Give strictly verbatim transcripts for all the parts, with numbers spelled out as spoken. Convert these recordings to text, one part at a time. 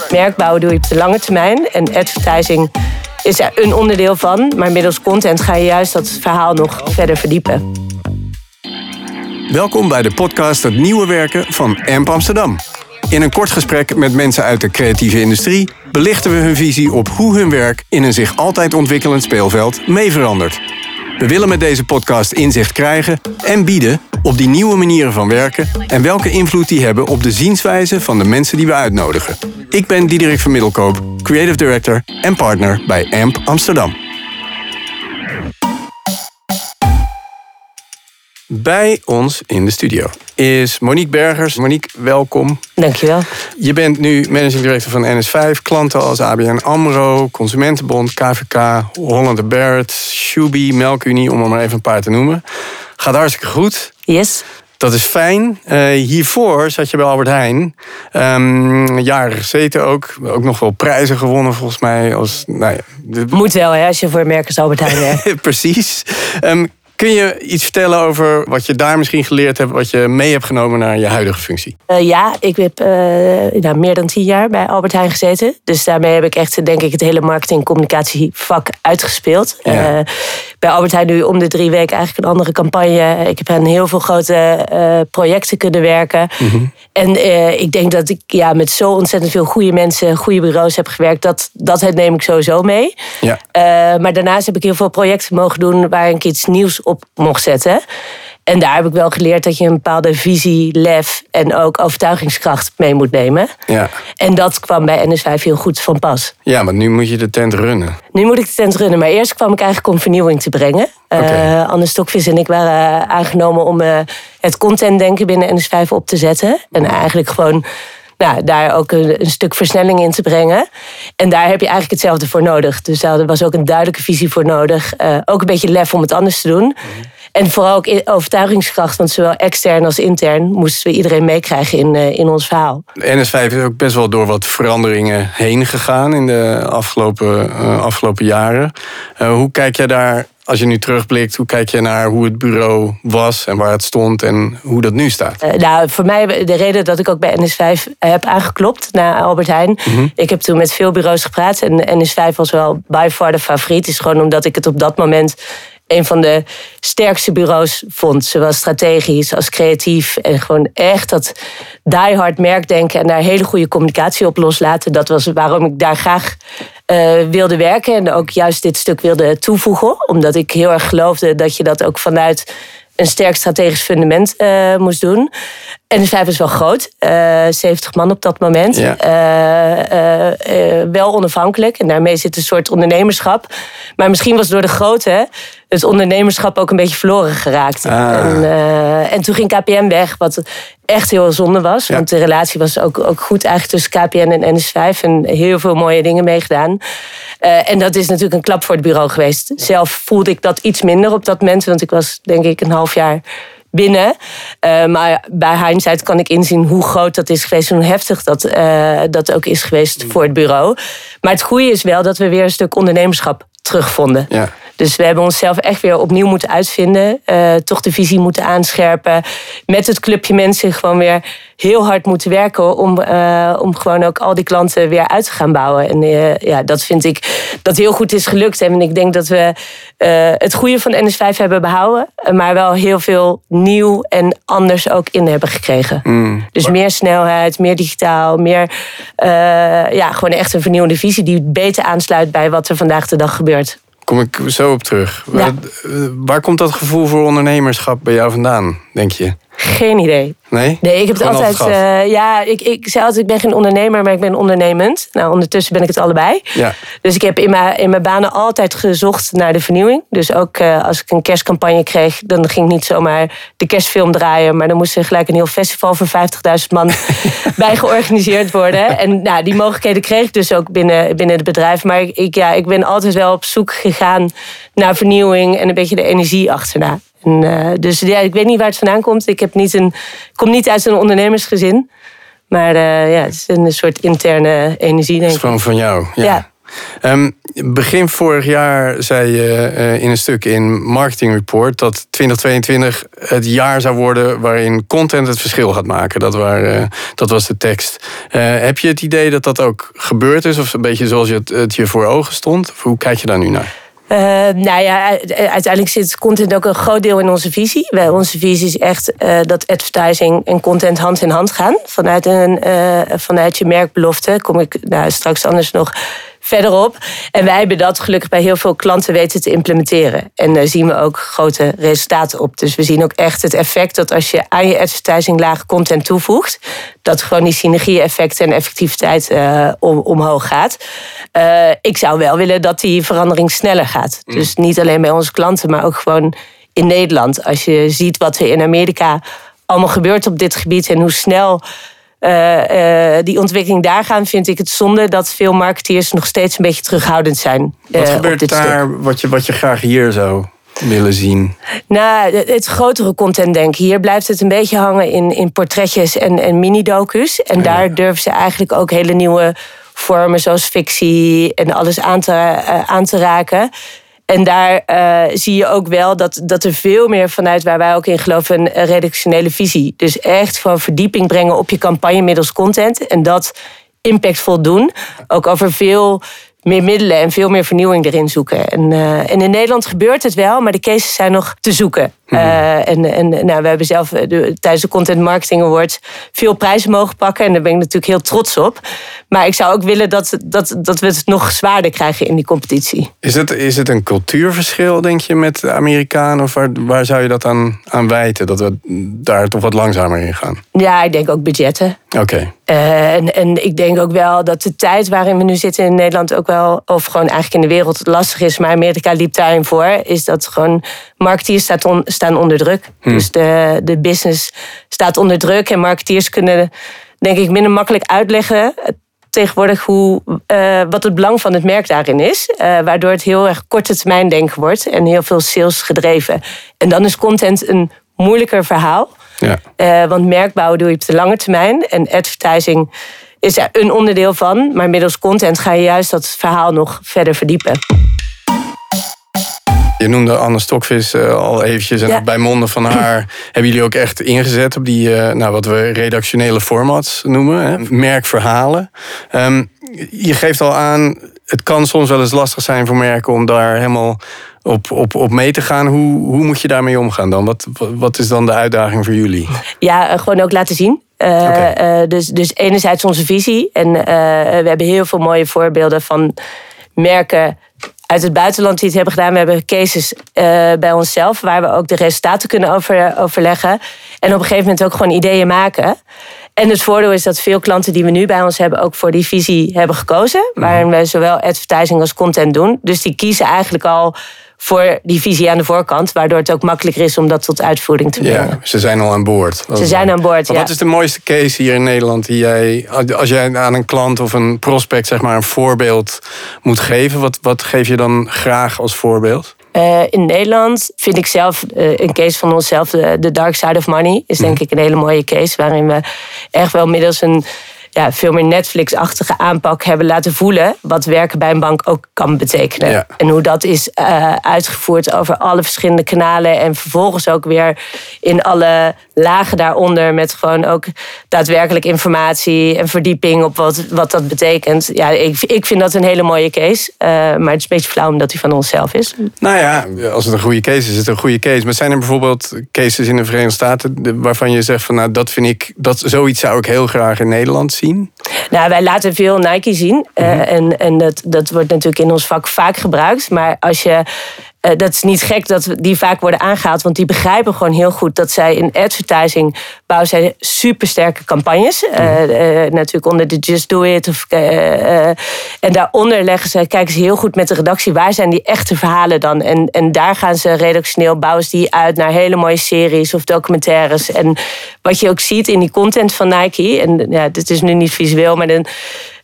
Merk bouwen doe je op de lange termijn. En advertising is er een onderdeel van. Maar middels content ga je juist dat verhaal nog verder verdiepen. Welkom bij de podcast Het Nieuwe Werken van A M P Amsterdam. In een kort gesprek met mensen uit de creatieve industrie belichten we hun visie op hoe hun werk in een zich altijd ontwikkelend speelveld mee verandert. We willen met deze podcast inzicht krijgen en bieden op die nieuwe manieren van werken en welke invloed die hebben op de zienswijze van de mensen die we uitnodigen. Ik ben Diederik van Middelkoop, Creative Director en partner bij A M P Amsterdam. Bij ons in de studio is Monique Bergers. Monique, welkom. Dankjewel. Je bent nu managing director van N S vijf. Klanten als A B N AMRO, Consumentenbond, K V K, Holland and Barrett, Shubi, Melkunie, om er maar even een paar te noemen. Gaat hartstikke goed. Yes. Dat is fijn. Uh, hiervoor zat je bij Albert Heijn. Um, jaren gezeten ook. Ook nog wel prijzen gewonnen volgens mij. Als, nou ja, de... Moet wel, hè, als je voor merk als Albert Heijn werkt. Precies. Um, Kun je iets vertellen over wat je daar misschien geleerd hebt, wat je mee hebt genomen naar je huidige functie? Uh, ja, ik heb uh, nou, meer dan tien jaar bij Albert Heijn gezeten. Dus daarmee heb ik echt, denk ik, het hele marketing-communicatievak uitgespeeld. Ja. Uh, bij Albert Heijn nu om de drie weken eigenlijk een andere campagne. Ik heb aan heel veel grote uh, projecten kunnen werken. Mm-hmm. En uh, ik denk dat ik ja, met zo ontzettend veel goede mensen, goede bureaus heb gewerkt. Dat, dat het neem ik sowieso mee. Ja. Uh, maar daarnaast heb ik heel veel projecten mogen doen waar ik iets nieuws op mocht zetten. En daar heb ik wel geleerd dat je een bepaalde visie, lef en ook overtuigingskracht mee moet nemen. Ja. En dat kwam bij N S vijf heel goed van pas. Ja, maar nu moet je de tent runnen. Nu moet ik de tent runnen, maar eerst kwam ik eigenlijk om vernieuwing te brengen. Okay. Uh, Anne Stokvis en ik waren aangenomen om uh, het contentdenken binnen N S vijf op te zetten. En eigenlijk gewoon nou, daar ook een, een stuk versnelling in te brengen. En daar heb je eigenlijk hetzelfde voor nodig. Dus daar was ook een duidelijke visie voor nodig. Uh, ook een beetje lef om het anders te doen. Mm-hmm. En vooral ook overtuigingskracht, want zowel extern als intern moesten we iedereen meekrijgen in, uh, in ons verhaal. N S vijf is ook best wel door wat veranderingen heen gegaan in de afgelopen, uh, afgelopen jaren. Uh, hoe kijk jij daar, als je nu terugblikt, hoe kijk je naar hoe het bureau was en waar het stond en hoe dat nu staat? Uh, nou, voor mij de reden dat ik ook bij N S vijf heb aangeklopt naar Albert Heijn. Mm-hmm. Ik heb toen met veel bureaus gepraat en N S vijf was wel by far de favoriet. Het is gewoon omdat ik het op dat moment een van de sterkste bureaus vond. Zowel strategisch als creatief. En gewoon echt dat die-hard merkdenken en daar hele goede communicatie op loslaten. Dat was waarom ik daar graag uh, wilde werken. En ook juist dit stuk wilde toevoegen. Omdat ik heel erg geloofde dat je dat ook vanuit een sterk strategisch fundament uh, moest doen. N S vijf is wel groot. Uh, zeventig man op dat moment. Ja. Uh, uh, uh, wel onafhankelijk. En daarmee zit een soort ondernemerschap. Maar misschien was door de grootte het ondernemerschap ook een beetje verloren geraakt. Ah. En, uh, en toen ging K P N weg, wat echt heel zonde was. Ja. Want de relatie was ook, ook goed eigenlijk tussen K P N en N S vijf. En heel veel mooie dingen meegedaan. Uh, en dat is natuurlijk een klap voor het bureau geweest. Zelf voelde ik dat iets minder op dat moment. Want ik was denk ik een half jaar binnen. Uh, maar bij hindsight kan ik inzien hoe groot dat is geweest en hoe heftig dat, uh, dat ook is geweest voor het bureau. Maar het goede is wel dat we weer een stuk ondernemerschap terugvonden. Ja. Dus we hebben onszelf echt weer opnieuw moeten uitvinden. Uh, toch de visie moeten aanscherpen. Met het clubje mensen gewoon weer heel hard moeten werken om, uh, om gewoon ook al die klanten weer uit te gaan bouwen. En uh, ja, dat vind ik dat heel goed is gelukt. En ik denk dat we uh, het goede van N S vijf hebben behouden, maar wel heel veel nieuw en anders ook in hebben gekregen. Mm. Dus meer snelheid, meer digitaal, meer uh, ja, gewoon echt een vernieuwende visie die beter aansluit bij wat er vandaag de dag gebeurt. Kom ik zo op terug. Ja. Waar, waar komt dat gevoel voor ondernemerschap bij jou vandaan, denk je? Geen idee. Nee? Nee, ik heb het altijd. Uh, ja, ik, ik zei altijd, ik ben geen ondernemer, maar ik ben ondernemend. Nou, ondertussen ben ik het allebei. Ja. Dus ik heb in mijn, in mijn banen altijd gezocht naar de vernieuwing. Dus ook uh, als ik een kerstcampagne kreeg, dan ging ik niet zomaar de kerstfilm draaien, maar dan moest er gelijk een heel festival voor vijftigduizend man bij georganiseerd worden. En nou, die mogelijkheden kreeg ik dus ook binnen, binnen het bedrijf. Maar ik, ik, ja, ik ben altijd wel op zoek gegaan naar vernieuwing en een beetje de energie achterna. En, uh, dus ja, ik weet niet waar het vandaan komt. Ik heb niet een, kom niet uit een ondernemersgezin. Maar uh, ja, het is een soort interne energie, denk ik. Het is gewoon van jou. Ja. ja. Um, begin vorig jaar zei je uh, in een stuk in Marketing Report dat twintig tweeëntwintig het jaar zou worden waarin content het verschil gaat maken. Dat, waren, uh, dat was de tekst. Uh, heb je het idee dat dat ook gebeurd is? Of een beetje zoals je het, het je voor ogen stond? Of hoe kijk je daar nu naar? Uh, nou ja, uiteindelijk zit content ook een groot deel in onze visie. Wij, onze visie is echt uh, dat advertising en content hand in hand gaan. Vanuit, een, uh, vanuit je merkbelofte kom ik nou, straks anders nog verder op. En wij hebben dat gelukkig bij heel veel klanten weten te implementeren. En daar zien we ook grote resultaten op. Dus we zien ook echt het effect dat als je aan je advertisinglaag content toevoegt, dat gewoon die synergie-effecten en effectiviteit uh, om, omhoog gaat. Uh, ik zou wel willen dat die verandering sneller gaat. Mm. Dus niet alleen bij onze klanten, maar ook gewoon in Nederland. Als je ziet wat er in Amerika allemaal gebeurt op dit gebied en hoe snel Uh, uh, die ontwikkeling daar gaan, vind ik het zonde dat veel marketeers nog steeds een beetje terughoudend zijn. Wat uh, gebeurt dit daar wat je, wat je graag hier zou willen zien? Nou, het grotere content, denk ik. Hier blijft het een beetje hangen in, in portretjes en, en mini-docus. En ja. daar durven ze eigenlijk ook hele nieuwe vormen zoals fictie en alles aan te, uh, aan te raken. En daar uh, zie je ook wel dat, dat er veel meer vanuit waar wij ook in geloven een redactionele visie. Dus echt van verdieping brengen op je campagne middels content. En dat impactvol doen. Ook over veel meer middelen en veel meer vernieuwing erin zoeken. En, uh, en in Nederland gebeurt het wel, maar de cases zijn nog te zoeken. Mm-hmm. Uh, en en nou, we hebben zelf de, tijdens de Content Marketing Awards veel prijzen mogen pakken. En daar ben ik natuurlijk heel trots op. Maar ik zou ook willen dat, dat, dat we het nog zwaarder krijgen in die competitie. Is het, is het een cultuurverschil, denk je, met de Amerikanen? Of waar, waar zou je dat aan, aan wijten? Dat we daar toch wat langzamer in gaan? Ja, ik denk ook budgetten. Oké. Okay. Uh, en, en ik denk ook wel dat de tijd waarin we nu zitten in Nederland ook wel, of gewoon eigenlijk in de wereld lastig is, maar Amerika liep daarin voor, is dat gewoon marketeers staat on, staan onder druk. Hmm. Dus de, de business staat onder druk en marketeers kunnen, denk ik, minder makkelijk uitleggen tegenwoordig hoe, uh, wat het belang van het merk daarin is. Uh, waardoor het heel erg korte termijn denken wordt en heel veel sales gedreven. En dan is content een moeilijker verhaal. Ja. Uh, want merkbouwen doe je op de lange termijn. En advertising is er een onderdeel van. Maar middels content ga je juist dat verhaal nog verder verdiepen. Je noemde Anne Stokvis uh, al eventjes. En ja. bij monden van haar hebben jullie ook echt ingezet op die, uh, nou, wat we redactionele formats noemen. Hè? Merkverhalen. Um, je geeft al aan, het kan soms wel eens lastig zijn voor merken om daar helemaal op, op, op mee te gaan. Hoe, hoe moet je daarmee omgaan dan? Wat, wat is dan de uitdaging voor jullie? Ja, gewoon ook laten zien. Uh, okay. uh, dus, dus enerzijds onze visie. En uh, we hebben heel veel mooie voorbeelden van merken uit het buitenland die het hebben gedaan. We hebben cases uh, bij onszelf waar we ook de resultaten kunnen over, overleggen. En op een gegeven moment ook gewoon ideeën maken. En het voordeel is dat veel klanten die we nu bij ons hebben ook voor die visie hebben gekozen. Waarin we zowel advertising als content doen. Dus die kiezen eigenlijk al voor die visie aan de voorkant, waardoor het ook makkelijker is om dat tot uitvoering te brengen. Ja, ze zijn al aan boord. Ze zijn aan boord, ja. Wat is de mooiste case hier in Nederland die jij, als jij aan een klant of een prospect zeg maar een voorbeeld moet geven, wat, wat geef je dan graag als voorbeeld? Uh, in Nederland vind ik zelf uh, een case van onszelf, de, de Dark Side of Money, is denk ik een hele mooie case, waarin we echt wel middels een ja, veel meer Netflix-achtige aanpak hebben laten voelen wat werken bij een bank ook kan betekenen. Ja. En hoe dat is uh, uitgevoerd over alle verschillende kanalen en vervolgens ook weer in alle lagen daaronder met gewoon ook daadwerkelijk informatie en verdieping op wat, wat dat betekent. Ja, ik, ik vind dat een hele mooie case, uh, maar het is een beetje flauw omdat die van onszelf is. Nou ja, als het een goede case is, is het een goede case. Maar zijn er bijvoorbeeld cases in de Verenigde Staten waarvan je zegt van nou, dat vind ik, dat zoiets zou ik heel graag in Nederland zien? Nou, wij laten veel Nike zien. Mm-hmm. Uh, en en dat, dat wordt natuurlijk in ons vak vaak gebruikt. Maar als je, uh, dat is niet gek dat die vaak worden aangehaald. Want die begrijpen gewoon heel goed dat zij in advertising bouwen zij supersterke campagnes. Mm-hmm. Uh, uh, natuurlijk onder de Just Do It. Of, uh, uh, en daaronder leggen ze, kijken ze heel goed met de redactie. Waar zijn die echte verhalen dan? En, en daar gaan ze redactioneel, bouwen ze die uit naar hele mooie series of documentaires. En wat je ook ziet in die content van Nike. En ja, dit is nu niet visueel, maar dan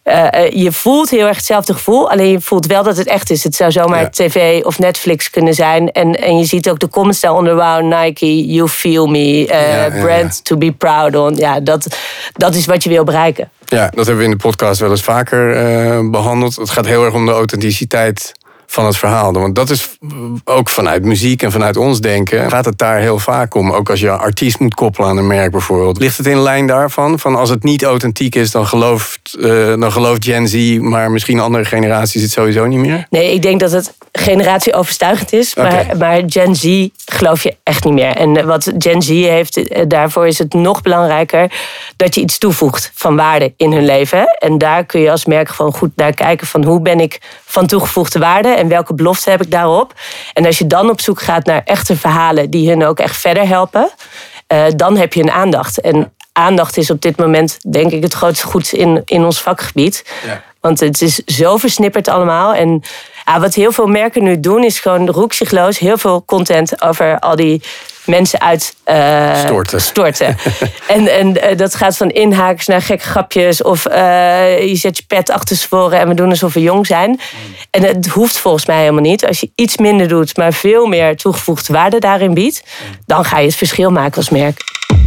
Uh, je voelt heel erg hetzelfde gevoel, alleen je voelt wel dat het echt is. Het zou zomaar ja. tv of Netflix kunnen zijn. En, en je ziet ook de comments daaronder. Wow, Nike, you feel me. Uh, ja, ja, brand ja. to be proud on. Ja, dat, dat is wat je wil bereiken. Ja, dat hebben we in de podcast wel eens vaker uh, behandeld. Het gaat heel erg om de authenticiteit van het verhaal. Want dat is ook vanuit muziek en vanuit ons denken gaat het daar heel vaak om. Ook als je een artiest moet koppelen aan een merk bijvoorbeeld. Ligt het in lijn daarvan? Van als het niet authentiek is, dan gelooft, uh, dan gelooft Gen Z, maar misschien andere generaties het sowieso niet meer? Nee, ik denk dat het generatieoverstijgend is. Okay. Maar, maar Gen Z geloof je echt niet meer. En wat Gen Z heeft, daarvoor is het nog belangrijker dat je iets toevoegt van waarde in hun leven. En daar kun je als merk gewoon goed naar kijken van hoe ben ik van toegevoegde waarde en welke beloften heb ik daarop. En als je dan op zoek gaat naar echte verhalen die hun ook echt verder helpen, uh, dan heb je een aandacht. En aandacht is op dit moment denk ik het grootste goed in, in ons vakgebied. Ja. Want het is zo versnipperd allemaal. En ja, wat heel veel merken nu doen is gewoon roekzichtloos heel veel content over al die mensen uit uh, storten. storten. en en uh, dat gaat van inhakers naar gekke grapjes. Of uh, je zet je pet achter tevoren en we doen alsof we jong zijn. Mm. En het hoeft volgens mij helemaal niet. Als je iets minder doet, maar veel meer toegevoegde waarde daarin biedt, mm. dan ga je het verschil maken als merk.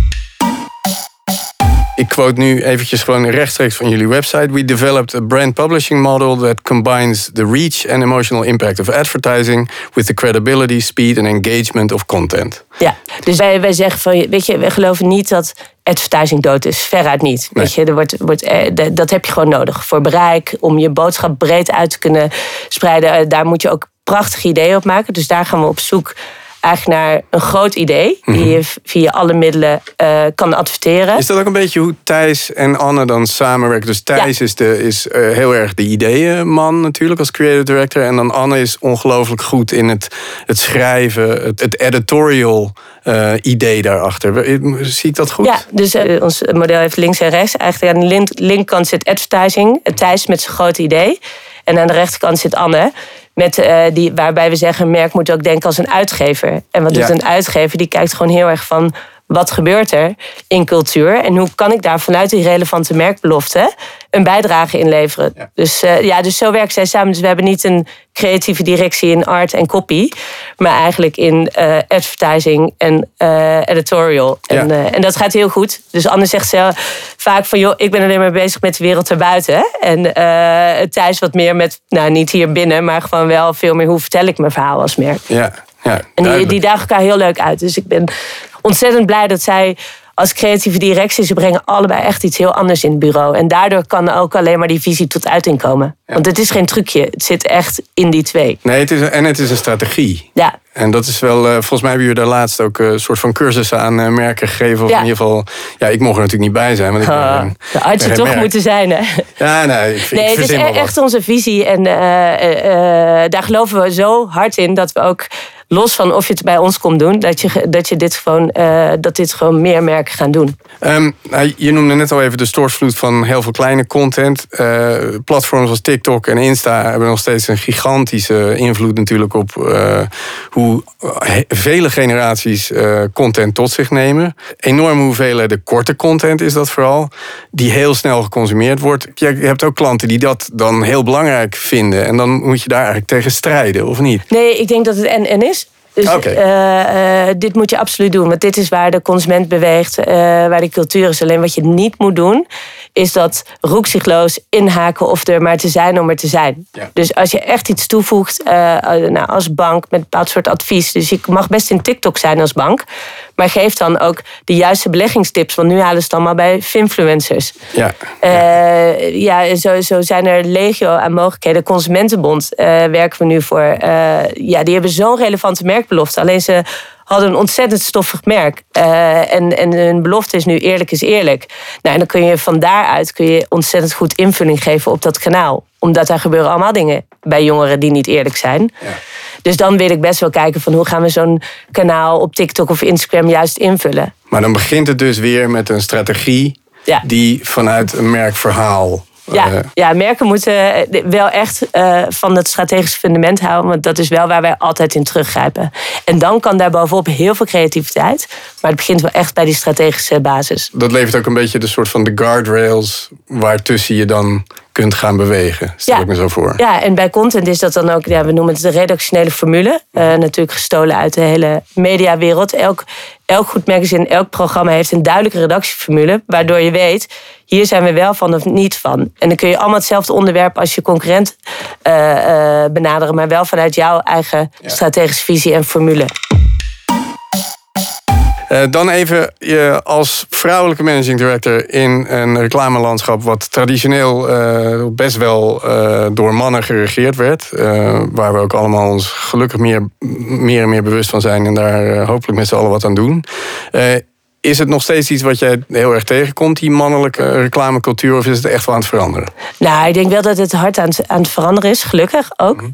Ik quote nu eventjes gewoon rechtstreeks van jullie website. We developed a brand publishing model that combines the reach and emotional impact of advertising with the credibility, speed and engagement of content. Ja, dus wij, wij zeggen van, weet je, wij geloven niet dat advertising dood is. Veruit niet. Nee. Weet je, er wordt, wordt, dat heb je gewoon nodig voor bereik, om je boodschap breed uit te kunnen spreiden. Daar moet je ook prachtige ideeën op maken. Dus daar gaan we op zoek eigenlijk naar een groot idee die je via alle middelen uh, kan adverteren. Is dat ook een beetje hoe Thijs en Anne dan samenwerken? Dus Thijs ja. is, de, is uh, heel erg de ideeënman natuurlijk als creative director. En dan Anne is ongelooflijk goed in het, het schrijven, het, het editorial uh, idee daarachter. Zie ik dat goed? Ja, dus uh, ons model heeft links en rechts. Eigenlijk aan de link, linkerkant zit advertising. Thijs met zijn grote idee. En aan de rechterkant zit Anne. Met, uh, die, waarbij we zeggen, een merk moet ook denken als een uitgever. En wat doet ja. een uitgever? Die kijkt gewoon heel erg van, wat gebeurt er in cultuur? En hoe kan ik daar vanuit die relevante merkbelofte een bijdrage in leveren? Ja. Dus, uh, ja, dus zo werken zij samen. Dus we hebben niet een creatieve directie in art en copy, maar eigenlijk in uh, advertising en uh, editorial. Ja. En, uh, en dat gaat heel goed. Dus Anne zegt ze vaak van, joh, ik ben alleen maar bezig met de wereld erbuiten. Hè? En uh, Thijs wat meer met, nou niet hier binnen, maar gewoon wel veel meer hoe vertel ik mijn verhaal als merk. Ja. Ja, en die, die dagen elkaar heel leuk uit. Dus ik ben ontzettend blij dat zij als creatieve directie, ze brengen allebei echt iets heel anders in het bureau. En daardoor kan ook alleen maar die visie tot uiting komen. Ja. Want het is geen trucje. Het zit echt in die twee. Nee, het is, en het is een strategie. Ja. En dat is wel, volgens mij hebben jullie daar laatst ook een soort van cursussen aan merken gegeven. Of ja. in ieder geval, ja, ik mocht er natuurlijk niet bij zijn. Want ik oh, ben, de had je toch merk. moeten zijn, hè? Ja, nee, ik vind nee, het is echt wat. Onze visie. En uh, uh, uh, daar geloven we zo hard in dat we ook, los van of je het bij ons komt doen, dat, je, dat, je dit, gewoon, uh, dat dit gewoon meer merken gaan doen. Um, nou, je noemde net al even de stortvloed van heel veel kleine content. Uh, platforms als TikTok en Insta hebben nog steeds een gigantische invloed natuurlijk op uh, hoe he- vele generaties uh, content tot zich nemen. Enorme hoeveelheden korte content is dat vooral, die heel snel geconsumeerd wordt. Je hebt ook klanten die dat dan heel belangrijk vinden en dan moet je daar eigenlijk tegen strijden, of niet? Nee, ik denk dat het en-en is. Dus okay. uh, uh, dit moet je absoluut doen. Want dit is waar de consument beweegt, uh, waar de cultuur is. Alleen wat je niet moet doen, is dat roekzichtloos inhaken of er maar te zijn om er te zijn. Ja. Dus als je echt iets toevoegt, uh, nou, als bank met een bepaald soort advies. Dus je mag best in TikTok zijn als bank. Maar geef dan ook de juiste beleggingstips. Want nu halen ze het allemaal bij finfluencers. Ja, uh, ja. ja zo, zo zijn er legio aan mogelijkheden. Consumentenbond uh, werken we nu voor. Uh, ja, die hebben zo'n relevante merkbelofte. Alleen ze hadden een ontzettend stoffig merk. Uh, en, en hun belofte is nu eerlijk is eerlijk. Nou, en dan kun je van daaruit kun je ontzettend goed invulling geven op dat kanaal. Omdat daar gebeuren allemaal dingen bij jongeren die niet eerlijk zijn. Ja. Dus dan wil ik best wel kijken van hoe gaan we zo'n kanaal op TikTok of Instagram juist invullen. Maar dan begint het dus weer met een strategie ja. die vanuit een merkverhaal. Ja, uh, ja, merken moeten wel echt uh, van het strategische fundament houden. Want dat is wel waar wij altijd in teruggrijpen. En dan kan daar bovenop heel veel creativiteit. Maar het begint wel echt bij die strategische basis. Dat levert ook een beetje de soort van de guardrails waartussen je dan kunt gaan bewegen. Stel ja. ik me zo voor. Ja, en bij content is dat dan ook, ja, we noemen het de redactionele formule. Uh, natuurlijk gestolen uit de hele mediawereld. Elk, elk goed magazine, elk programma heeft een duidelijke redactieformule. Waardoor je weet, hier zijn we wel van of niet van. En dan kun je allemaal hetzelfde onderwerp als je concurrent uh, uh, benaderen. Maar wel vanuit jouw eigen ja. strategische visie en formule. Uh, dan even uh, als vrouwelijke managing director in een reclamelandschap wat traditioneel uh, best wel uh, door mannen geregeerd werd. Uh, waar we ook allemaal ons gelukkig meer, meer en meer bewust van zijn en daar uh, hopelijk met z'n allen wat aan doen. Uh, Is het nog steeds iets wat jij heel erg tegenkomt, die mannelijke reclamecultuur, of is het echt wel aan het veranderen? Nou, ik denk wel dat het hard aan het, aan het veranderen is, gelukkig ook. Mm-hmm.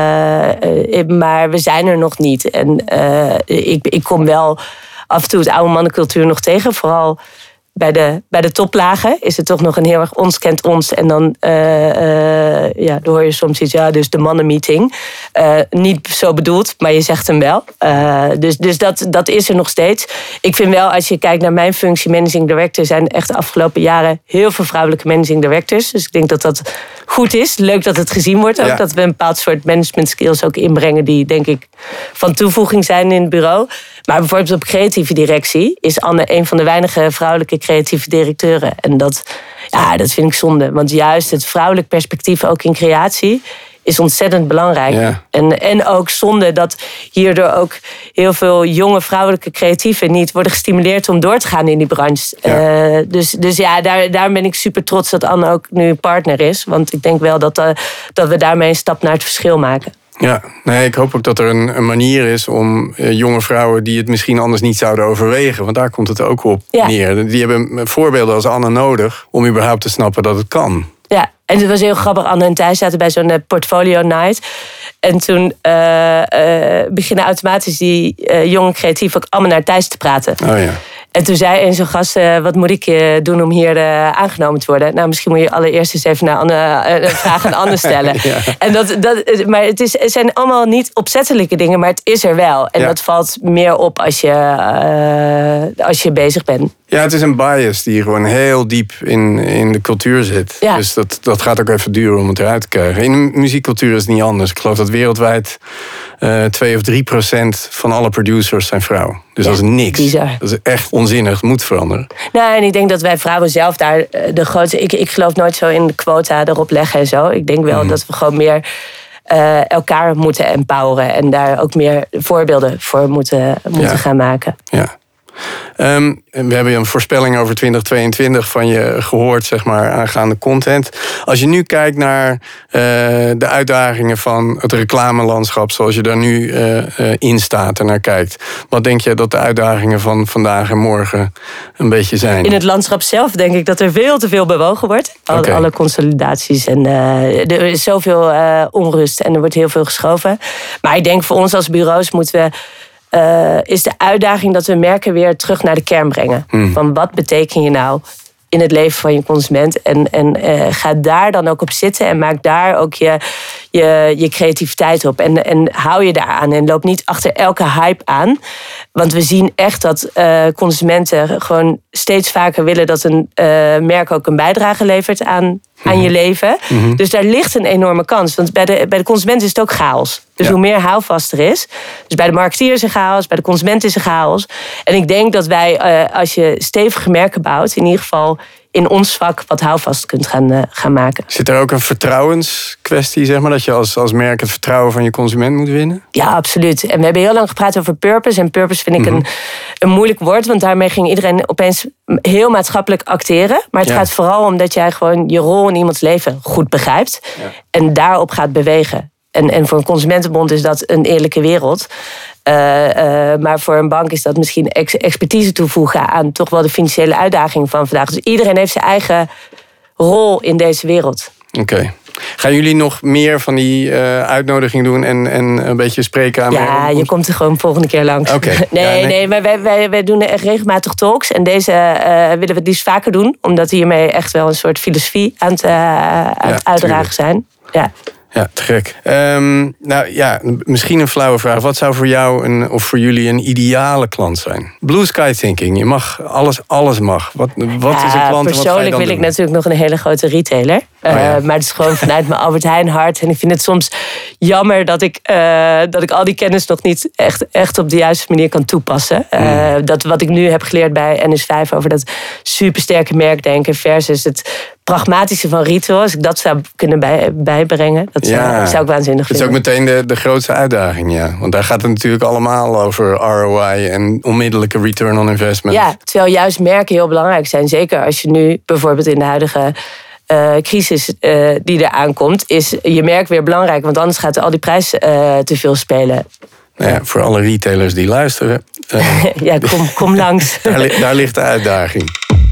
Uh, maar we zijn er nog niet. En uh, ik, ik kom wel af en toe het oude mannencultuur nog tegen. Vooral bij de, bij de toplagen is het toch nog een heel erg ons kent ons. En dan, uh, uh, ja, dan hoor je soms iets, ja, dus de mannenmeeting. Uh, niet zo bedoeld, maar je zegt hem wel. Uh, dus dus dat, dat is er nog steeds. Ik vind wel, als je kijkt naar mijn functie, managing director, zijn echt de afgelopen jaren heel veel vrouwelijke managing directors. Dus ik denk dat dat goed is. Leuk dat het gezien wordt ook. Ja. Dat we een bepaald soort management skills ook inbrengen die, denk ik, van toevoeging zijn in het bureau. Maar bijvoorbeeld op creatieve directie is Anne een van de weinige vrouwelijke creatieve directeuren. En dat, ja, dat vind ik zonde. Want juist het vrouwelijk perspectief ook in creatie is ontzettend belangrijk. Ja. En, en ook zonde dat hierdoor ook heel veel jonge vrouwelijke creatieven niet worden gestimuleerd om door te gaan in die branche. Ja. Uh, dus, dus ja, daar, daar ben ik super trots dat Anne ook nu partner is. Want ik denk wel dat, uh, dat we daarmee een stap naar het verschil maken. Ja, nee, ik hoop ook dat er een, een manier is om uh, jonge vrouwen die het misschien anders niet zouden overwegen, want daar komt het ook op ja. neer. Die hebben voorbeelden als Anne nodig om überhaupt te snappen dat het kan. Ja, en het was heel grappig. Anne en Thijs zaten bij zo'n portfolio night. En toen uh, uh, beginnen automatisch die uh, jonge creatieven ook allemaal naar Thijs te praten. Oh ja. En toen zei een zo'n gast, uh, wat moet ik uh, doen om hier uh, aangenomen te worden? Nou, misschien moet je allereerst eens even naar Anne, uh, een vraag aan Anne stellen. Ja. En dat, dat, maar het, is, het zijn allemaal niet opzettelijke dingen, maar het is er wel. En ja. dat valt meer op als je, uh, als je bezig bent. Ja, het is een bias die gewoon heel diep in, in de cultuur zit. Ja. Dus dat, dat gaat ook even duren om het eruit te krijgen. In de muziekcultuur is het niet anders. Ik geloof dat wereldwijd uh, twee of drie procent van alle producers zijn vrouw. Dus ja, dat is niks. Bizar. Dat is echt onzinnig. Het moet veranderen. Nou, en ik denk dat wij vrouwen zelf daar de grootste... Ik, ik geloof nooit zo in de quota erop leggen en zo. Ik denk wel mm. dat we gewoon meer uh, elkaar moeten empoweren. En daar ook meer voorbeelden voor moeten, moeten ja. gaan maken. Ja. Um, we hebben een voorspelling over twintig tweeëntwintig van je gehoord, zeg maar, aangaande content. Als je nu kijkt naar uh, de uitdagingen van het reclamelandschap zoals je daar nu uh, uh, in staat en naar kijkt. Wat denk je dat de uitdagingen van vandaag en morgen een beetje zijn? In het landschap zelf denk ik dat er veel te veel bewogen wordt. Alle, okay. alle consolidaties en uh, er is zoveel uh, onrust en er wordt heel veel geschoven. Maar ik denk voor ons als bureaus moeten we Uh, is de uitdaging dat we merken weer terug naar de kern brengen. Mm. Van wat betekent je nou in het leven van je consument? En, en uh, ga daar dan ook op zitten en maak daar ook je, je, je creativiteit op. En, en hou je daar aan en loop niet achter elke hype aan. Want we zien echt dat uh, consumenten gewoon steeds vaker willen dat een uh, merk ook een bijdrage levert aan, aan je leven. Mm-hmm. Dus daar ligt een enorme kans. Want bij de, bij de consument is het ook chaos. Dus ja. hoe meer houvast er is. Dus bij de marketeer is er chaos, bij de consument is er chaos. En ik denk dat wij, uh, als je stevige merken bouwt, in ieder geval in ons vak wat houvast kunt gaan, uh, gaan maken. Zit er ook een vertrouwenskwestie, zeg maar, dat je als, als merk het vertrouwen van je consument moet winnen? Ja, absoluut. En we hebben heel lang gepraat over purpose. En purpose vind ik mm-hmm. een, een moeilijk woord, want daarmee ging iedereen opeens heel maatschappelijk acteren. Maar het ja. gaat vooral om dat jij gewoon je rol in iemands leven goed begrijpt. Ja. En daarop gaat bewegen. En, en voor een consumentenbond is dat een eerlijke wereld. Uh, uh, maar voor een bank is dat misschien ex- expertise toevoegen aan toch wel de financiële uitdaging van vandaag. Dus iedereen heeft zijn eigen rol in deze wereld. Oké. Okay. Gaan jullie nog meer van die uh, uitnodiging doen en, en een beetje spreken aan? Ja, mij? Je komt er gewoon volgende keer langs. Okay. nee, ja, nee, nee, maar wij, wij, wij doen echt regelmatig talks. En deze uh, willen we het liefst vaker doen. Omdat hiermee echt wel een soort filosofie aan het, uh, aan het ja, uitdragen zijn. Ja. Ja, te gek. Um, nou ja, misschien een flauwe vraag. Wat zou voor jou een, of voor jullie een ideale klant zijn? Blue sky thinking. Je mag alles, alles mag. Wat, wat ja, is een klant? Persoonlijk wat ga je dan wil doen? Ik natuurlijk nog een hele grote retailer. Uh, oh ja. Maar het is gewoon vanuit mijn Albert Heijn hart. En ik vind het soms jammer dat ik, uh, dat ik al die kennis nog niet echt, echt op de juiste manier kan toepassen. Uh, mm. Dat wat ik nu heb geleerd bij N S vijf over dat supersterke merkdenken versus het pragmatische van retail. Als ik dat zou kunnen bij, bijbrengen, dat zou, ja. zou ik waanzinnig vinden. Dat is ook meteen de, de grootste uitdaging, ja. Want daar gaat het natuurlijk allemaal over R O I en onmiddellijke return on investment. Ja, terwijl juist merken heel belangrijk zijn. Zeker als je nu bijvoorbeeld in de huidige uh, crisis uh, die er aankomt, is je merk weer belangrijk. Want anders gaat al die prijs uh, te veel spelen. Nou ja, voor alle retailers die luisteren. Uh, ja, kom, kom langs. daar, daar ligt de uitdaging.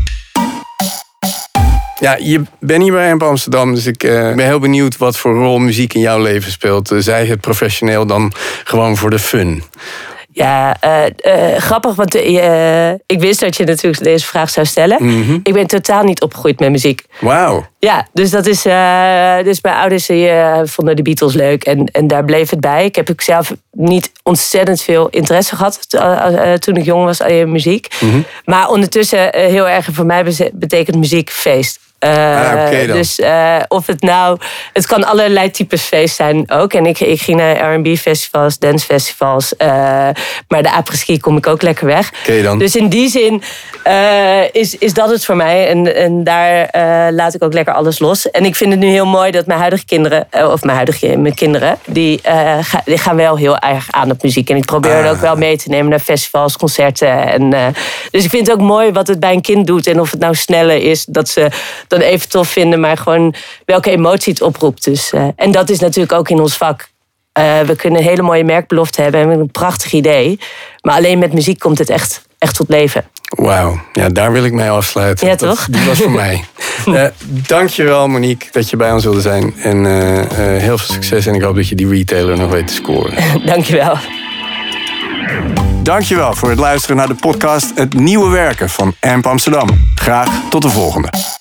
Ja, je bent hier bij Amp Amsterdam, dus ik uh, ben heel benieuwd wat voor rol muziek in jouw leven speelt. Uh, zij het professioneel dan gewoon voor de fun? Ja, uh, uh, grappig, want uh, ik wist dat je natuurlijk deze vraag zou stellen. Mm-hmm. Ik ben totaal niet opgegroeid met muziek. Wauw. Ja, dus dat is. Uh, dus mijn ouders uh, vonden de Beatles leuk en, en daar bleef het bij. Ik heb ook zelf niet ontzettend veel interesse gehad uh, uh, toen ik jong was in muziek. Mm-hmm. Maar ondertussen uh, heel erg voor mij betekent muziek feest. Uh, ah, okay dan. Dus uh, of het nou... Het kan allerlei types feest zijn ook. En ik, ik ging naar R en B festivals, dance festivals. Uh, maar de après-ski kom ik ook lekker weg. Okay dan. Dus in die zin uh, is, is dat het voor mij. En, en daar uh, laat ik ook lekker alles los. En ik vind het nu heel mooi dat mijn huidige kinderen... Uh, of mijn huidige mijn kinderen... Die, uh, ga, die gaan wel heel erg aan op muziek. En ik probeer ah. het ook wel mee te nemen naar festivals, concerten. En, uh, dus ik vind het ook mooi wat het bij een kind doet. En of het nou sneller is dat ze... dan even tof vinden, maar gewoon welke emotie het oproept. Dus, uh, en dat is natuurlijk ook in ons vak. Uh, we kunnen een hele mooie merkbelofte hebben en een prachtig idee. Maar alleen met muziek komt het echt, echt tot leven. Wauw, ja, daar wil ik mee afsluiten. Ja, toch? Dat, die was voor mij. Uh, dankjewel Monique dat je bij ons wilde zijn. En uh, uh, heel veel succes en ik hoop dat je die retailer nog weet te scoren. Dankjewel. Dankjewel voor het luisteren naar de podcast Het Nieuwe Werken van Amp Amsterdam. Graag tot de volgende.